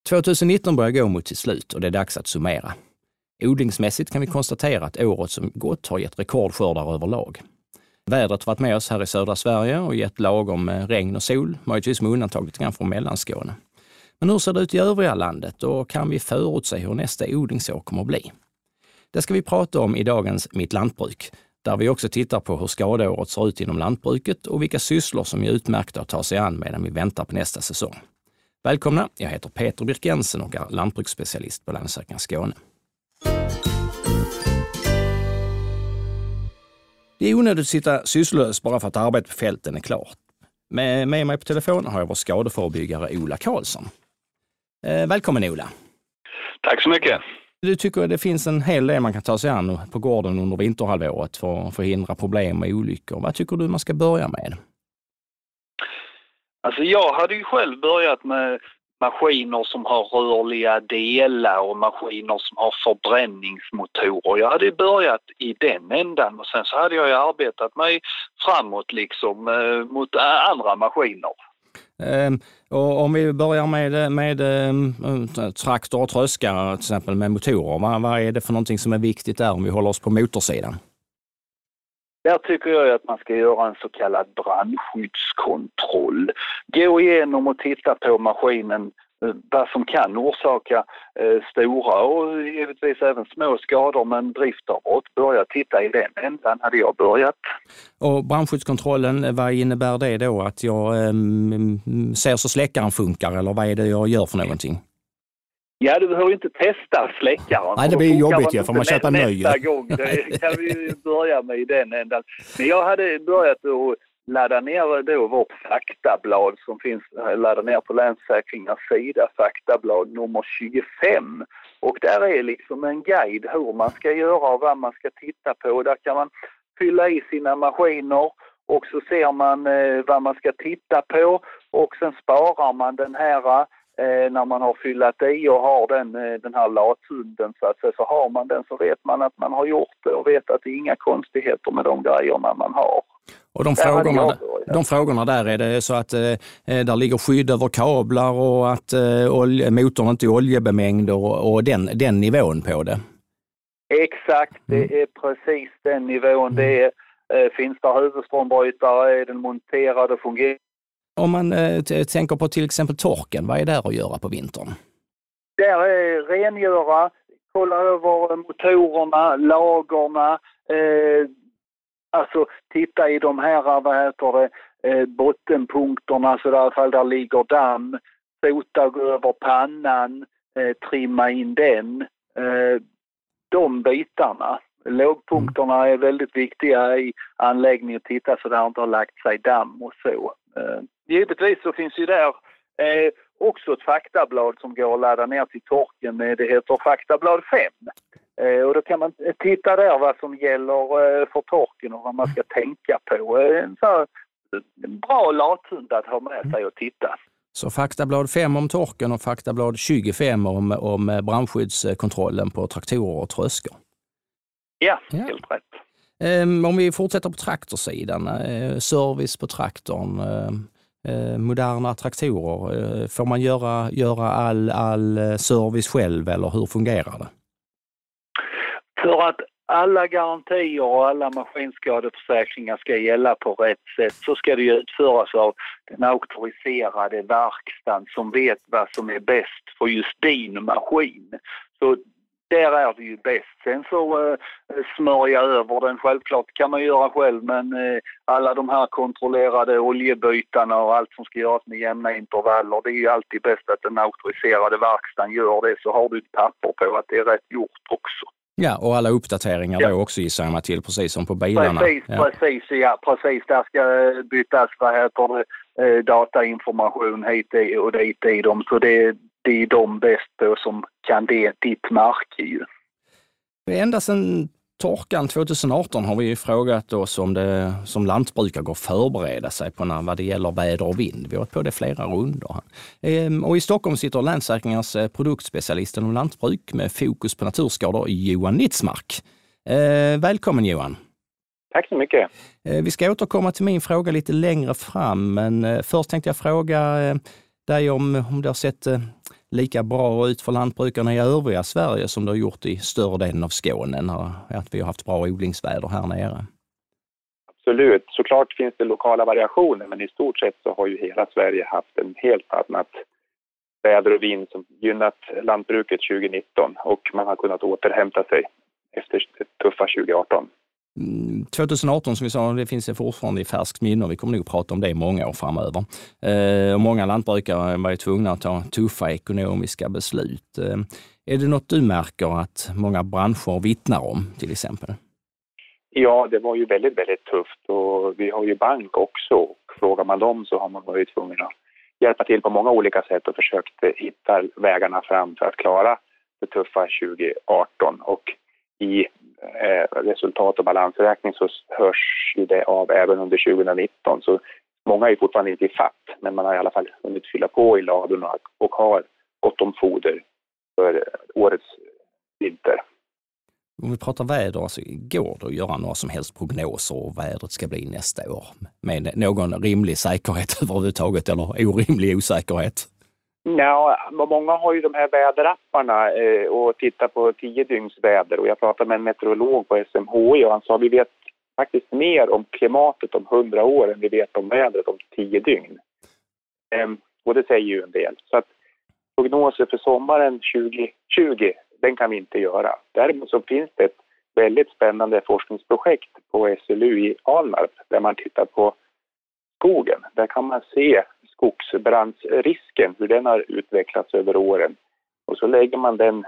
2019 börjar gå mot sitt slut och det är dags att summera. Odlingsmässigt kan vi konstatera att året som gått har gett rekordskördar överlag. Vädret har varit med oss här i södra Sverige och gett lagom regn och sol, möjligtvis med undantag lite grann från Mellanskåne. Men hur ser det ut i övriga landet och kan vi förutse hur nästa odlingsår kommer att bli? Det ska vi prata om i dagens Mitt lantbruk, där vi också tittar på hur skadeåret ser ut inom lantbruket och vilka sysslor som är utmärkta att ta sig an medan vi väntar på nästa säsong. Välkomna, jag heter Peter Birk Jensen och är lantbruksspecialist på Länsförsäkringar Skåne. Det är onödigt att sitta sysslolös bara för att arbetet på fälten är klart. Med mig på telefon har jag vår skadeförebyggare Ola Karlsson. Välkommen Ola. Tack så mycket. Du tycker att det finns en hel del man kan ta sig an på gården under vinterhalvåret för att förhindra problem och olyckor. Vad tycker du man ska börja med? Alltså jag hade ju själv börjat med maskiner som har rörliga delar och maskiner som har förbränningsmotorer. Jag hade börjat i den ändan och sen så hade jag arbetat mig framåt liksom mot andra maskiner. Och om vi börjar med traktor och tröskar till exempel med motorer, vad är det för någonting som är viktigt där om vi håller oss på motorsidan? Där tycker jag att man ska göra en så kallad brandskyddskontroll. Gå igenom och titta på maskinen, vad som kan orsaka stora och givetvis även små skador, men driftavbrott. Börja titta i den ändan hade jag börjat. Och brandskyddskontrollen, vad innebär det då? Att jag ser så släckaren funkar eller vad är det jag gör för någonting? Ja, du behöver inte testa släckaren. Nej, det blir jobbigt ju, för man köper nöje. Nästa gång, det kan vi ju börja med i den ändan. Men jag hade börjat att ladda ner då vårt faktablad som finns, ladda ner på Länsförsäkringars sida, faktablad nummer 25. Och där är liksom en guide hur man ska göra och vad man ska titta på. Där kan man fylla i sina maskiner och så ser man vad man ska titta på och sen sparar man den här när man har fyllt i och har den här lathunden så att säga, så har man den så vet man att man har gjort det och vet att det är inga konstigheter med de grejerna man har. Och de frågorna där är det så att där ligger skydd över kablar och att motorn inte är oljebemängd och den nivån på det. Exakt, det är precis den nivån. Det är, finns det huvudströmbrytare, är den monterad och fungerar. Om man tänker på till exempel torken, vad är där att göra på vintern? Där är rengöra, kolla över motorerna, lagerna, alltså titta i de här, bottenpunkterna så i alla fall där ligger damm, fota över pannan, trimma in den, de bitarna. Lågpunkterna är väldigt viktiga i anläggningen, titta så det inte har lagt sig damm och så. Givetvis så finns ju där också ett faktablad som går att ladda ner till torken. Det heter faktablad 5. Och då kan man titta där vad som gäller för torken och vad man ska tänka på. En bra lathund att ha med sig och titta. Så faktablad 5 om torken och faktablad 25 om brandskyddskontrollen på traktorer och tröskor. Ja, helt rätt. Om vi fortsätter på traktorsidan, service på traktorn, moderna traktorer, får man göra all service själv eller hur fungerar det? För att alla garantier och alla maskinskadeförsäkringar ska gälla på rätt sätt så ska det ju utföras av den auktoriserade verkstaden som vet vad som är bäst för just din maskin. Så där är det ju bäst. Sen så smörja över den. Självklart kan man göra själv, men alla de här kontrollerade oljebytarna och allt som ska göras med jämna intervaller, det är ju alltid bäst att den auktoriserade verkstaden gör det, så har du ett papper på att det är rätt gjort också. Ja, och alla uppdateringar då också gissar man till, precis som på bilarna. Precis. Där ska bytas, datainformation hit och dit i dem, så det är de bäst på som kan det ditt märke ju. Ända sedan torkan 2018 har vi frågat oss om det som lantbrukare går att förbereda sig på vad det gäller väder och vind. Vi har varit på det flera runder. Och i Stockholm sitter Länsförsäkringars produktspecialist inom lantbruk med fokus på naturskador, Johan Nitzmark. Välkommen Johan. Tack så mycket. Vi ska återkomma till min fråga lite längre fram, men först tänkte jag fråga dig om du har sett lika bra ut för lantbrukarna i övriga Sverige som det har gjort i större delen av Skåne när att vi har haft bra odlingsväder här nere? Absolut. Såklart finns det lokala variationer, men i stort sett så har ju hela Sverige haft en helt annat väder och vind som gynnat lantbruket 2019 och man har kunnat återhämta sig efter tuffa 2018. 2018 som vi sa, det finns fortfarande i färskt minne och vi kommer nog prata om det i många år framöver. Och många lantbrukare var ju tvungna att ta tuffa ekonomiska beslut. Är det något du märker att många branscher vittnar om till exempel? Ja, det var ju väldigt, väldigt tufft och vi har ju bank också och frågar man dem så har man varit tvungen att hjälpa till på många olika sätt och försökt hitta vägarna fram för att klara det tuffa 2018 och i resultat- och balansräkning så hörs ju det av även under 2019 så många är fortfarande inte i fatt men man har i alla fall hunnit fylla på i ladorna och har gott om foder för årets vinter. Om vi pratar väder, alltså, går det att göra några som helst prognoser om vädret ska bli nästa år med någon rimlig säkerhet överhuvudtaget eller orimlig osäkerhet? Ja, många har ju de här väderapparna och tittar på 10 dygns väder och jag pratade med en meteorolog på SMHI och han sa vi vet faktiskt mer om klimatet om 100 år än vi vet om vädret om 10 dygn. Och det säger ju en del. Så att prognoser för sommaren 2020 den kan vi inte göra. Däremot så finns det ett väldigt spännande forskningsprojekt på SLU i Alnarp där man tittar på skogen. Där kan man se skogsbrandsrisken, hur den har utvecklats över åren. Och så lägger man den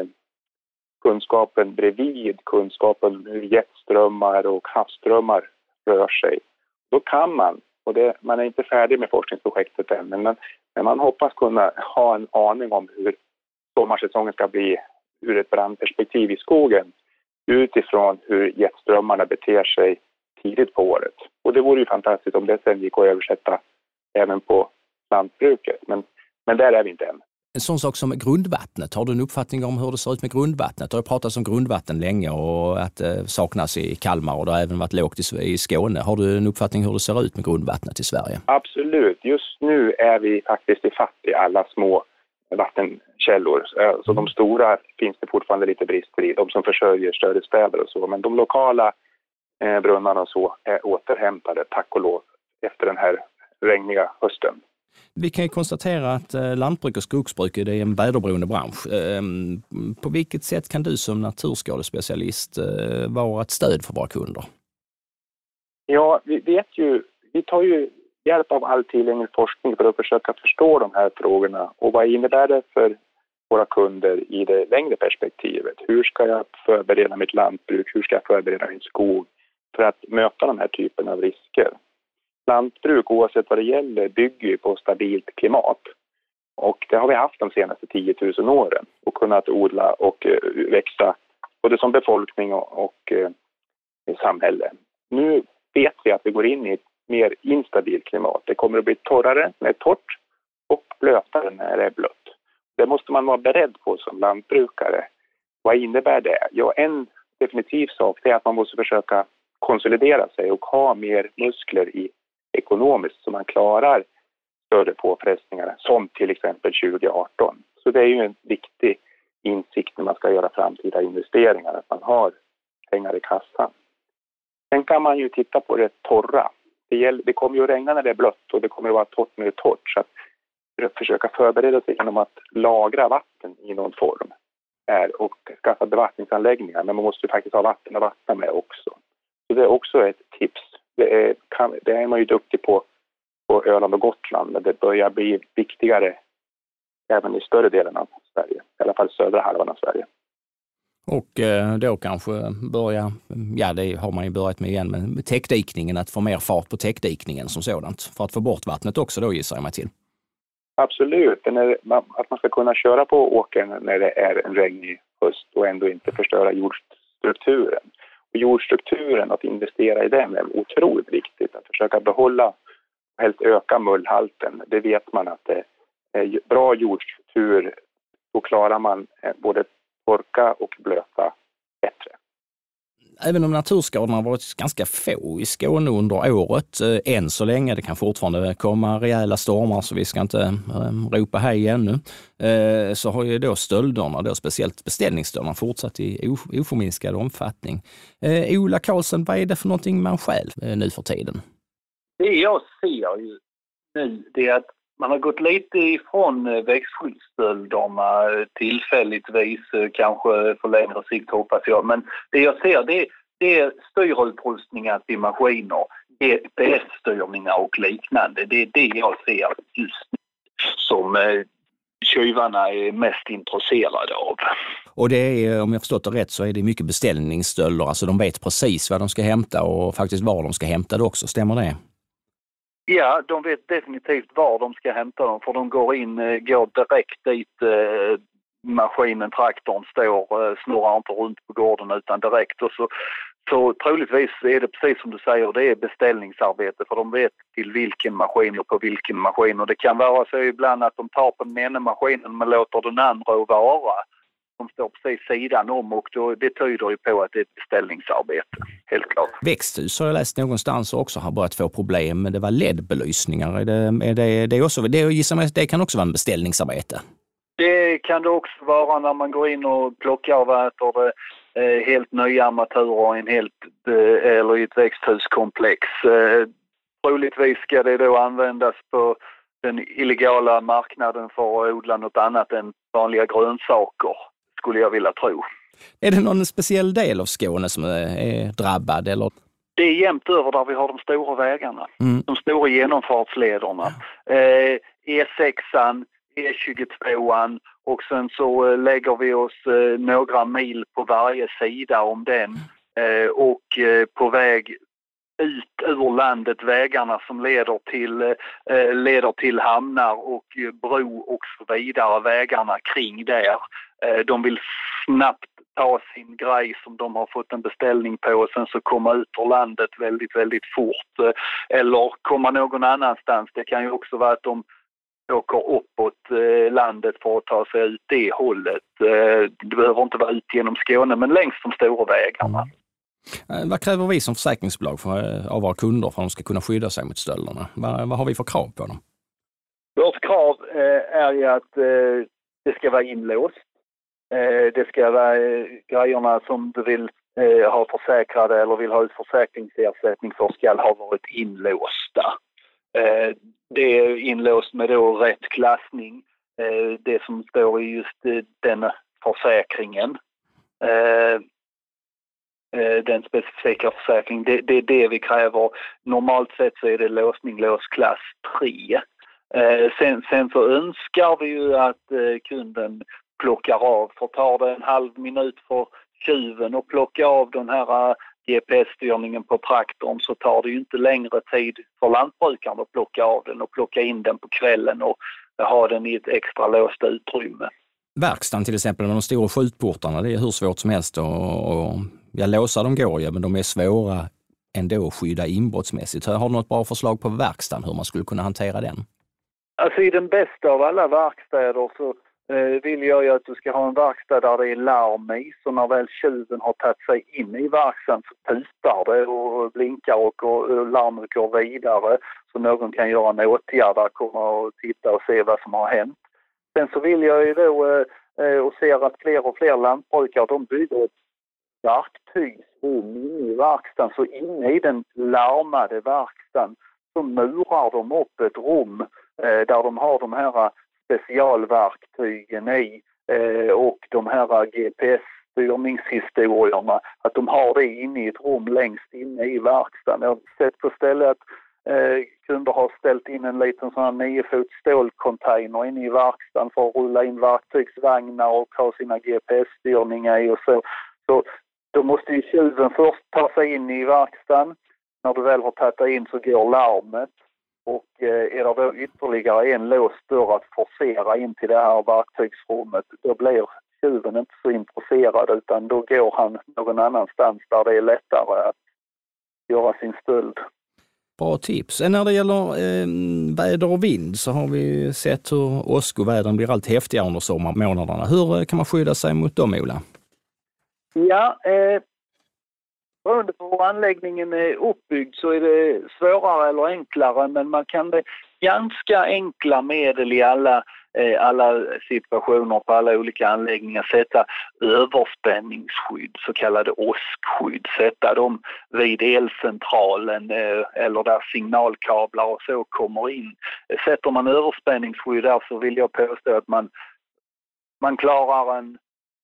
kunskapen bredvid kunskapen om hur jetströmmar och havsströmmar rör sig. Då kan man, och man är inte färdig med forskningsprojektet än, men man hoppas kunna ha en aning om hur sommarsäsongen ska bli ur ett brandperspektiv i skogen utifrån hur jetströmmarna beter sig tidigt på året. Och det vore ju fantastiskt om det sen gick att översätta även på lantbruket. Men där är vi inte än. En sån sak som grundvattnet, har du en uppfattning om hur det ser ut med grundvattnet? Det har pratats om grundvatten länge och att det saknas i Kalmar och det har även varit lågt i Skåne. Har du en uppfattning hur det ser ut med grundvattnet i Sverige? Absolut. Just nu är vi faktiskt i fatt i alla små vattenkällor. Så de stora finns det fortfarande lite brister i. De som försörjer större städer och så. Men de lokala brunnarna och så är återhämtade, tack och lov, efter den här regniga hösten. Vi kan ju konstatera att lantbruk och skogsbruk är en väderberoende bransch. På vilket sätt kan du som naturskadespecialist vara ett stöd för våra kunder? Ja, vi tar ju hjälp av all tillgänglig forskning för att försöka förstå de här frågorna. Och vad innebär det för våra kunder i det längre perspektivet? Hur ska jag förbereda mitt lantbruk? Hur ska jag förbereda min skog för att möta de här typen av risker? Lantbruk, oavsett vad det gäller, bygger på stabilt klimat. Och det har vi haft de senaste 10 000 åren. Och kunnat odla och växa både som befolkning och samhälle. Nu vet vi att vi går in i ett mer instabilt klimat. Det kommer att bli torrare när det är torrt och blötare när det är blött. Det måste man vara beredd på som lantbrukare. Vad innebär det? Ja, en definitiv sak är att man måste försöka konsolidera sig och ha mer muskler i ekonomiskt så man klarar större påfrestningar som till exempel 2018. Så det är ju en viktig insikt när man ska göra framtida investeringar att man har pengar i kassan. Sen kan man ju titta på det torra. Det kommer ju att regna när det är blött och det kommer att vara torrt när det är torrt. Så att försöka förbereda sig genom att lagra vatten i någon form och skaffa bevattningsanläggningar. Men man måste ju faktiskt ha vatten att vattna med också. Så det är också ett tips. Det är man ju duktig på Öland och Gotland, men det börjar bli viktigare även i större delen av Sverige, i alla fall södra halvan av Sverige. Och då kanske det har man ju börjat med igen, men täckdikningen, att få mer fart på täckdikningen som sådant, för att få bort vattnet också då, gissar jag mig till. Absolut, att man ska kunna köra på åkern när det är en regnig höst och ändå inte förstöra jordstrukturen. Och jordstrukturen, att investera i den är otroligt viktigt. Att försöka behålla och helst öka mullhalten. Det vet man att det är bra jordstruktur. Då klarar man både torka och blöta bättre. Även om naturskadorna har varit ganska få i Skåne under året, än så länge, det kan fortfarande komma rejäla stormar så vi ska inte ropa hej ännu, så har ju då stölderna, då speciellt beställningsstölderna, fortsatt i oförminskad omfattning. Ola Karlsson, vad är det för någonting man stjäl nu för tiden? Det jag ser ju nu, det är att man har gått lite ifrån växtskyddsstölderna tillfälligtvis, kanske för längre sikt hoppas jag. Men det jag ser det är styrutrustningar till maskiner, GPS-styrningar och liknande. Det är det jag ser just nu som tjuvarna är mest intresserade av. Och det är, om jag förstått det rätt, så är det mycket beställningsstölder. Alltså de vet precis vad de ska hämta och faktiskt var de ska hämta det också. Stämmer det? Ja, de vet definitivt var de ska hämta dem, för de går direkt dit maskinen, traktorn står, snurrar inte runt på gården utan direkt. Och så troligtvis är det precis som du säger, det är beställningsarbete, för de vet till vilken maskin och på vilken maskin. Och det kan vara så ibland att de tar på den ena maskinen men låter den andra vara. De står precis sidan om, och det tyder ju på att det är ett beställningsarbete, helt klart. Växthus har jag läst någonstans också har börjat få problem, men det var LED-belysningar. Det kan också vara en beställningsarbete. Det kan det också vara när man går in och plockar av helt nya armaturer eller i ett växthuskomplex. Troligtvis ska det då användas på den illegala marknaden för att odla något annat än vanliga grönsaker, skulle jag vilja tro. Är det någon speciell del av Skåne som är drabbad? Eller? Det är jämnt över där vi har de stora vägarna, de stora genomfartslederna. E6an, E22an, och sen så lägger vi oss några mil på varje sida om den, och på väg ut ur landet, vägarna som leder till hamnar och bro och så vidare, vägarna kring där. De vill snabbt ta sin grej som de har fått en beställning på och sen så komma ut ur landet väldigt, väldigt fort. Eller komma någon annanstans. Det kan ju också vara att de åker uppåt landet för att ta sig ut det hållet. Det behöver inte vara ut genom Skåne, men längs de stora vägarna. Vad kräver vi som försäkringsbolag av våra kunder för att de ska kunna skydda sig mot stölderna? Vad har vi för krav på dem? Vårt krav är ju att det ska vara inlåst. Det ska vara grejerna som du vill ha försäkrade eller vill ha ut försäkringsersättning för ska ha varit inlåsta. Det är inlåst med då rätt klassning. Det som står i just den försäkringen. Den specifika försäkringen. Det är det vi kräver. Normalt sett så är det lås klass 3. Sen så önskar vi ju att kunden plockar av. För tar det en halv minut för tjuven och plocka av den här GPS-styrningen på traktorn, så tar det ju inte längre tid för lantbrukaren att plocka av den och plocka in den på kvällen och ha den i ett extra låst utrymme. Verkstan till exempel med de stora skjutportarna, det är hur svårt som helst och låsa dem går ju, men de är svåra ändå att skydda inbrottsmässigt. Har du något bra förslag på verkstan hur man skulle kunna hantera den? Alltså i den bästa av alla verkstäder så vill jag ju att du ska ha en verkstad där det är larm i, så när väl tjuven har tagit sig in i verkstaden så pipar det och blinkar och larmet går vidare så någon kan göra en åtgärd där, komma och titta och se vad som har hänt. Sen så vill jag ju då och ser att fler och fler lantbrukare de bygger ett verktygsrum inne i verkstaden, så inne i den larmade verkstaden så murar de upp ett rum där de har de här specialverktygen i och de här GPS-styrningshistorierna, att de har det inne i ett rum längst inne i verkstaden. Jag har sett på stället att kunder har ställt in en liten sån här 9-fots stålcontainer inne i verkstaden för att rulla in verktygsvagnar och ha sina GPS-styrningar i och så. Så då måste ju tjuven först ta sig in i verkstaden. När du väl har tagit in så går larmet. Och är det då ytterligare en låst dörr att forcera in till det här verktygsrummet, då blir tjuven inte så intresserad utan då går han någon annanstans där det är lättare att göra sin stöld. Bra tips. När det gäller väder och vind så har vi sett hur åskovädren blir allt häftigare under sommarmånaderna. Hur kan man skydda sig mot dem, Ola? Ja, beroende på hur anläggningen är uppbyggd så är det svårare eller enklare, men man kan med ganska enkla medel i alla situationer på alla olika anläggningar sätta överspänningsskydd, så kallade åskskydd, sätta dem vid elcentralen eller där signalkablar och så kommer in. Sätter man överspänningsskydd där så vill jag påstå att man klarar en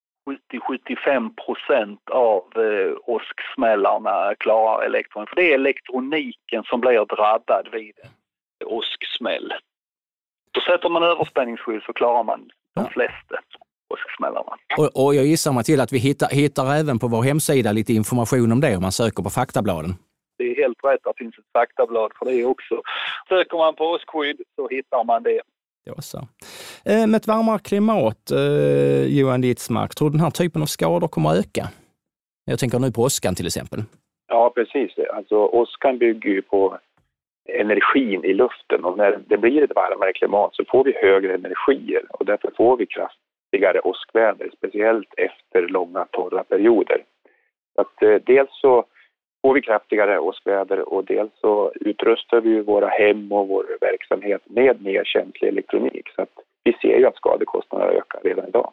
70-75% av åsksmällarna klarar elektronik. För det är elektroniken som blir drabbad vid åsksmäll. Så sätter man överspänningsskydd så klarar man de flesta åsksmällarna. Och jag gissar mig till att vi hittar även på vår hemsida lite information om det om man söker på faktabladen. Det är helt rätt, det finns ett faktablad för det också. Söker man på åskskydd så hittar man det. Så. Med ett varmare klimat, Johan Litzmark, tror du den här typen av skador kommer att öka? Jag tänker nu på åskan till exempel. Ja, precis. Alltså åskan bygger ju på energin i luften, och när det blir ett varmare klimat så får vi högre energier och därför får vi kraftigare åskväder, speciellt efter långa torra perioder. Att dels så får vi kraftigare åskväder och dels så utrustar vi våra hem och vår verksamhet med mer känslig elektronik, så att vi ser ju att skadekostnaderna ökar redan idag.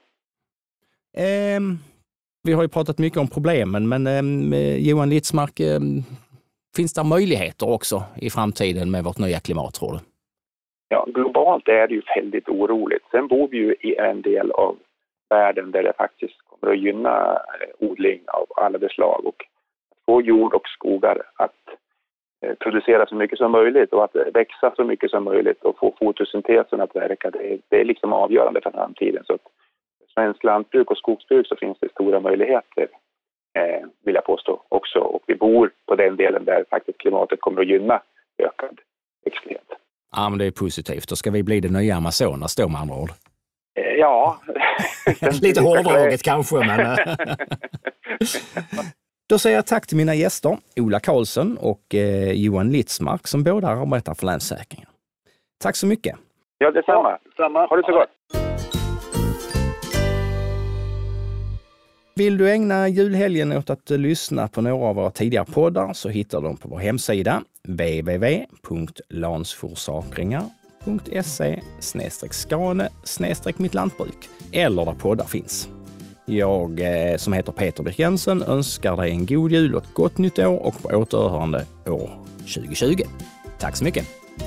Vi har ju pratat mycket om problemen, men Johan Litzmark, finns det möjligheter också i framtiden med vårt nya klimat, tror du? Ja, globalt är det ju väldigt oroligt. Sen bor vi ju i en del av världen där det faktiskt kommer att gynna odling av alla dess slag, och få jord och skogar att producera så mycket som möjligt och att växa så mycket som möjligt och få fotosyntesen att verka. Det är liksom avgörande för framtiden. Så att svensk lantbruk och skogsbruk så finns det stora möjligheter, vill jag påstå också. Och vi bor på den delen där faktiskt klimatet kommer att gynna ökad växtlighet. Ja, men det är positivt. Då ska vi bli det nya Amazonas då, med andra ord. Ja. Lite hårdraget kanske, men... Då säger jag tack till mina gäster, Ola Karlsson och Johan Litzmark, som båda arbetar för Länssäkringen. Tack så mycket. Ja, detsamma. Ha det så gott. Vill du ägna julhelgen åt att lyssna på några av våra tidigare poddar så hittar du dem på vår hemsida www.lansforsakringar.se/skane/mittlantbruk eller där poddar finns. Jag som heter Peter Birk Jensen önskar dig en god jul och ett gott nytt år och på återhörande år 2020. Tack så mycket!